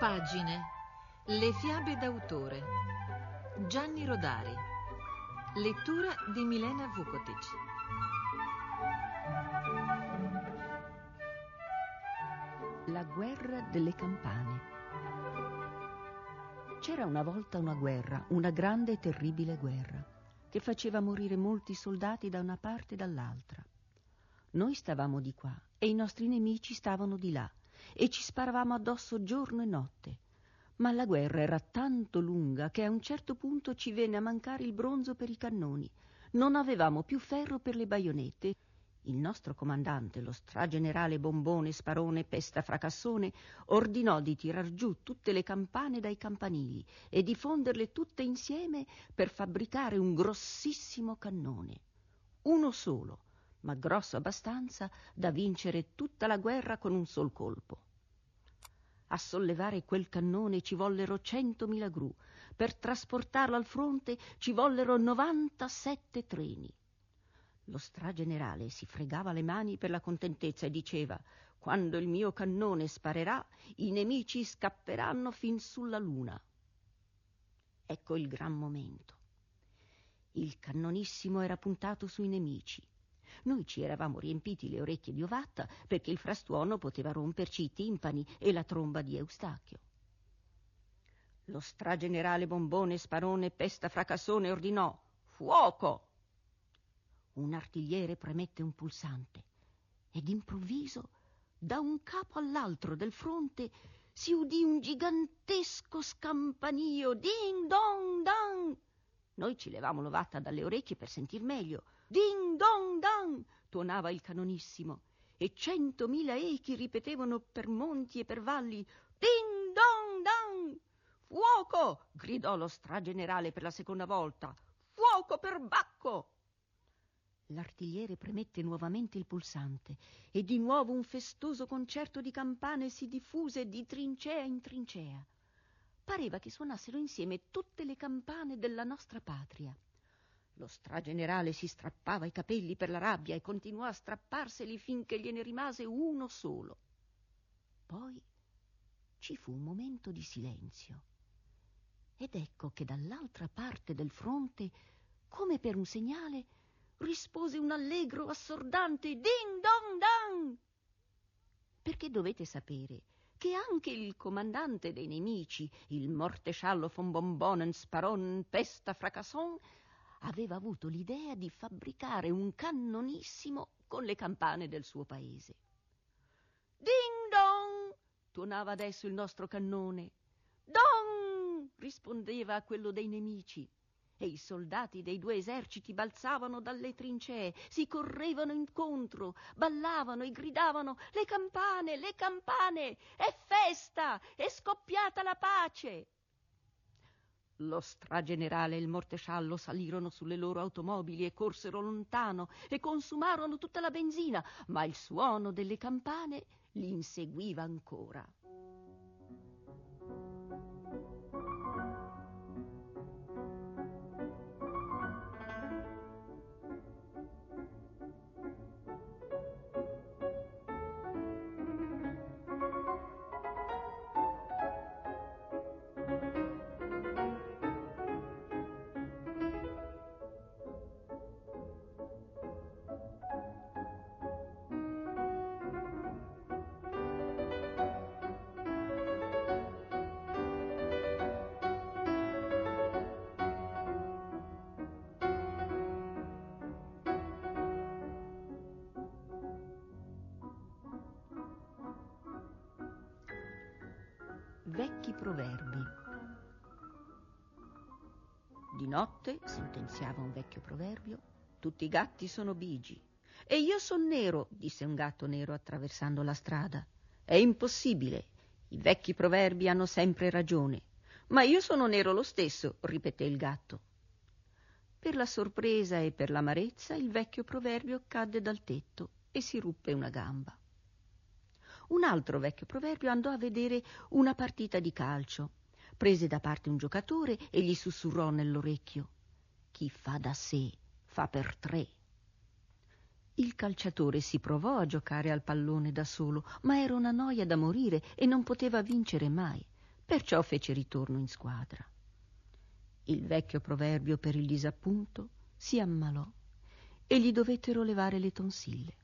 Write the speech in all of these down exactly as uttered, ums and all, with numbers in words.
Pagine. Le fiabe d'autore. Gianni Rodari. Lettura di Milena Vukotic. La guerra delle campane. C'era una volta una guerra, una grande e terribile guerra, che faceva morire molti soldati da una parte e dall'altra. Noi stavamo di qua e i nostri nemici stavano di là e ci sparavamo addosso giorno e notte. Ma la guerra era tanto lunga che a un certo punto ci venne a mancare il bronzo per i cannoni. Non avevamo più ferro per le baionette. Il nostro comandante, lo stragenerale Bombone Sparone Pesta Fracassone, ordinò di tirar giù tutte le campane dai campanili e di fonderle tutte insieme per fabbricare un grossissimo cannone. Uno solo, ma grosso abbastanza da vincere tutta la guerra con un sol colpo. A sollevare quel cannone ci vollero centomila gru, per trasportarlo al fronte ci vollero novantasette treni. Lo stragenerale si fregava le mani per la contentezza e diceva: «Quando il mio cannone sparerà, i nemici scapperanno fin sulla luna». Ecco il gran momento. Il cannonissimo era puntato sui nemici. Noi ci eravamo riempiti le orecchie di ovatta perché il frastuono poteva romperci i timpani e la tromba di Eustachio. Lo stragenerale Bombone Sparone Pesta Fracassone ordinò: «Fuoco!». Un artigliere premette un pulsante ed improvviso, da un capo all'altro del fronte, si udì un gigantesco scampanio. Ding dong dang! Noi ci levamo l'ovatta dalle orecchie per sentir meglio. Ding dong dang! Tuonava il canonissimo e centomila echi ripetevano per monti e per valli: Ding dong dang! «Fuoco!», gridò lo stragenerale per la seconda volta. «Fuoco per Bacco!». L'artigliere premette nuovamente il pulsante e di nuovo un festoso concerto di campane si diffuse di trincea in trincea. Pareva che suonassero insieme tutte le campane della nostra patria. Lo stragenerale si strappava i capelli per la rabbia e continuò a strapparseli finché gliene rimase uno solo. Poi ci fu un momento di silenzio ed ecco che dall'altra parte del fronte, come per un segnale, rispose un allegro assordante ding dong dang. Perché dovete sapere che anche il comandante dei nemici, il mortesciallo von Bombonen Sparon Pesta Fracasson, aveva avuto l'idea di fabbricare un cannonissimo con le campane del suo paese. Ding dong! Tuonava adesso il nostro cannone. Dong! Rispondeva a quello dei nemici. E i soldati dei due eserciti balzavano dalle trincee, si correvano incontro, ballavano e gridavano: «Le campane, le campane! È festa! È scoppiata la pace!». Lo stragenerale e il mortesciallo salirono sulle loro automobili e corsero lontano e consumarono tutta la benzina, ma il suono delle campane li inseguiva ancora. Vecchi proverbi. Di notte, sentenziava un vecchio proverbio, tutti i gatti sono bigi. E io son nero, disse un gatto nero attraversando la strada. È impossibile, i vecchi proverbi hanno sempre ragione. Ma io sono nero lo stesso, ripeté il gatto. Per la sorpresa e per l'amarezza il vecchio proverbio cadde dal tetto e si ruppe una gamba. Un altro vecchio proverbio andò a vedere una partita di calcio. Prese da parte un giocatore e gli sussurrò nell'orecchio: «Chi fa da sé fa per tre». Il calciatore si provò a giocare al pallone da solo, ma era una noia da morire e non poteva vincere mai. perciò fece ritorno in squadra. Il vecchio proverbio per il disappunto si ammalò e gli dovettero levare le tonsille.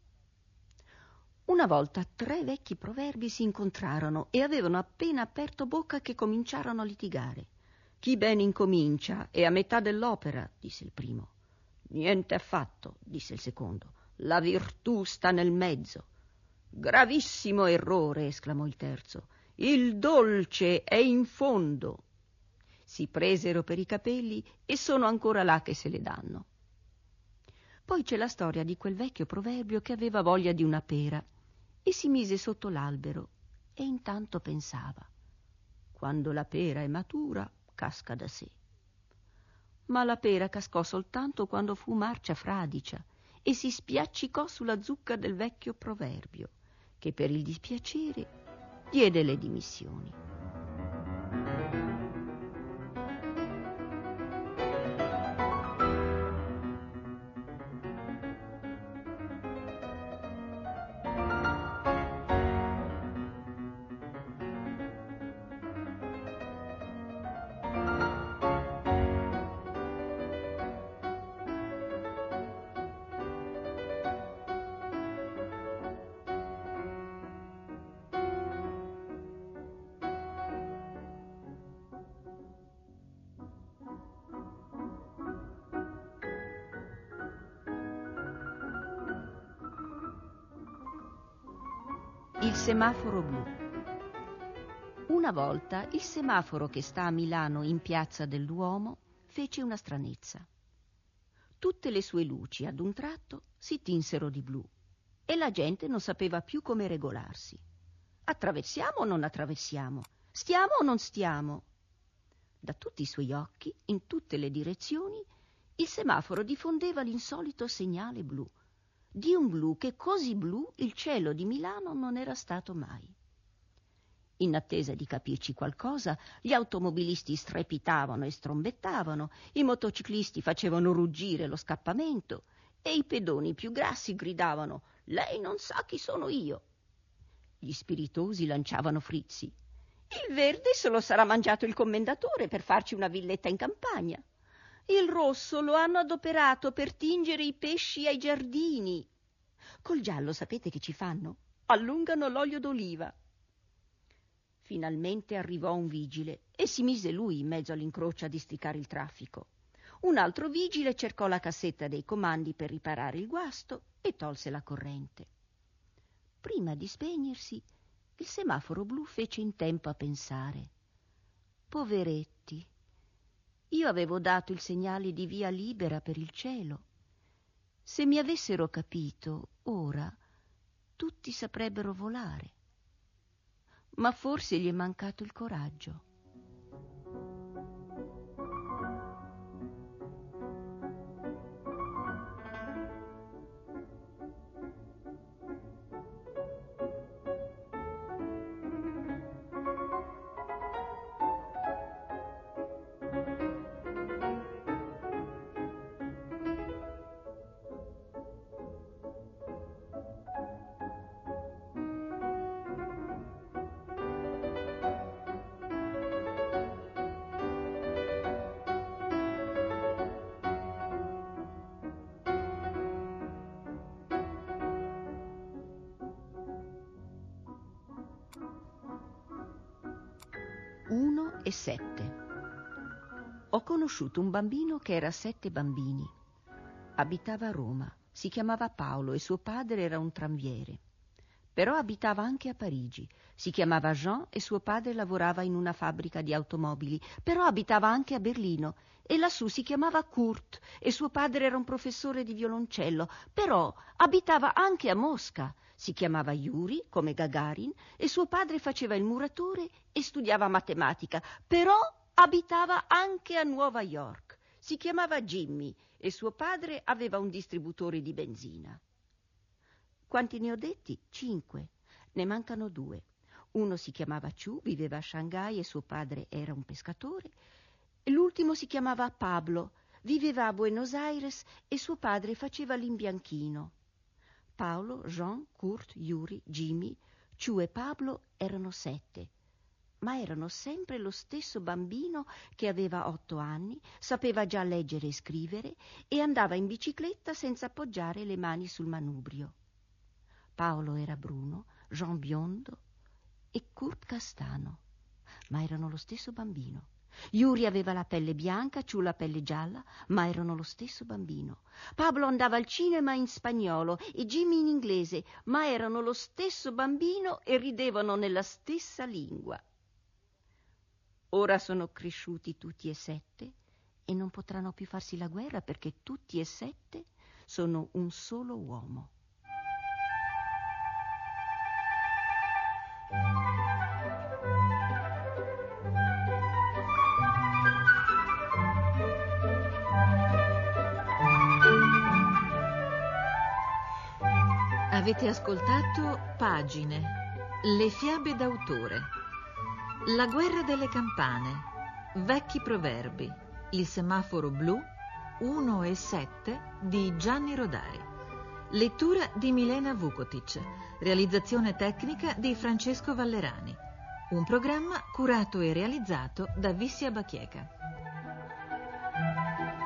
Una volta tre vecchi proverbi si incontrarono e avevano appena aperto bocca che cominciarono a litigare. «Chi bene incomincia è a metà dell'opera», disse il primo. «Niente affatto», disse il secondo. «La virtù sta nel mezzo». «Gravissimo errore», esclamò il terzo. «Il dolce è in fondo». Si presero per i capelli e sono ancora là che se le danno. Poi c'è la storia di quel vecchio proverbio che aveva voglia di una pera e si mise sotto l'albero e intanto pensava: quando la pera è matura, casca da sé. Ma la pera cascò soltanto quando fu marcia fradicia e si spiaccicò sulla zucca del vecchio proverbio, che per il dispiacere diede le dimissioni. Il semaforo blu. Una volta il semaforo che sta a Milano in piazza del Duomo fece una stranezza. Tutte le sue luci ad un tratto si tinsero di blu e la gente non sapeva più come regolarsi. Attraversiamo o non attraversiamo? Stiamo o non stiamo? Da tutti i suoi occhi, in tutte le direzioni, il semaforo diffondeva l'insolito segnale blu. Di un blu che così blu il cielo di Milano non era stato mai. In attesa di capirci qualcosa, gli automobilisti strepitavano e strombettavano, i motociclisti facevano ruggire lo scappamento e i pedoni più grassi gridavano: «Lei non sa chi sono io!» Gli spiritosi lanciavano frizzi: «Il verde se lo sarà mangiato il commendatore per farci una villetta in campagna. Il rosso lo hanno adoperato per tingere i pesci ai giardini. Col giallo sapete che ci fanno? Allungano l'olio d'oliva». Finalmente arrivò un vigile e si mise lui in mezzo all'incrocio a districare il traffico. Un altro vigile cercò la cassetta dei comandi per riparare il guasto e tolse la corrente. Prima di spegnersi, il semaforo blu fece in tempo a pensare: poveretti, io avevo dato il segnale di via libera per il cielo. Se mi avessero capito, ora tutti saprebbero volare. Ma forse gli è mancato il coraggio. Uno e sette. Ho conosciuto un bambino che era sette bambini. Abitava a Roma, si chiamava Paolo e suo padre era un tranviere. Però abitava anche a Parigi, si chiamava Jean e suo padre lavorava in una fabbrica di automobili. Però abitava anche a Berlino e lassù si chiamava Kurt e suo padre era un professore di violoncello. Però abitava anche a Mosca. Si chiamava Yuri, come Gagarin, e suo padre faceva il muratore e studiava matematica. Però abitava anche a Nuova York. Si chiamava Jimmy e suo padre aveva un distributore di benzina. Quanti ne ho detti? Cinque. Ne mancano due. Uno si chiamava Chu, viveva a Shanghai e suo padre era un pescatore. E l'ultimo si chiamava Pablo, viveva a Buenos Aires e suo padre faceva l'imbianchino. Paolo, Jean, Kurt, Yuri, Jimmy, Chu e Pablo erano sette. ma erano sempre lo stesso bambino che aveva otto anni, sapeva già leggere e scrivere e andava in bicicletta senza appoggiare le mani sul manubrio. Paolo era bruno, Jean biondo e Kurt castano, ma erano lo stesso bambino. Yuri aveva la pelle bianca, Ciù la pelle gialla, ma erano lo stesso bambino. Pablo andava al cinema in spagnolo e Jimmy in inglese, ma erano lo stesso bambino e ridevano nella stessa lingua. Ora sono cresciuti tutti e sette e non potranno più farsi la guerra perché tutti e sette sono un solo uomo. Avete ascoltato Pagine, le fiabe d'autore, La guerra delle campane, Vecchi proverbi, Il semaforo blu, uno e sette di Gianni Rodari. Lettura di Milena Vukotic. Realizzazione tecnica di Francesco Vallerani. Un programma curato e realizzato da Vissia Bachieca.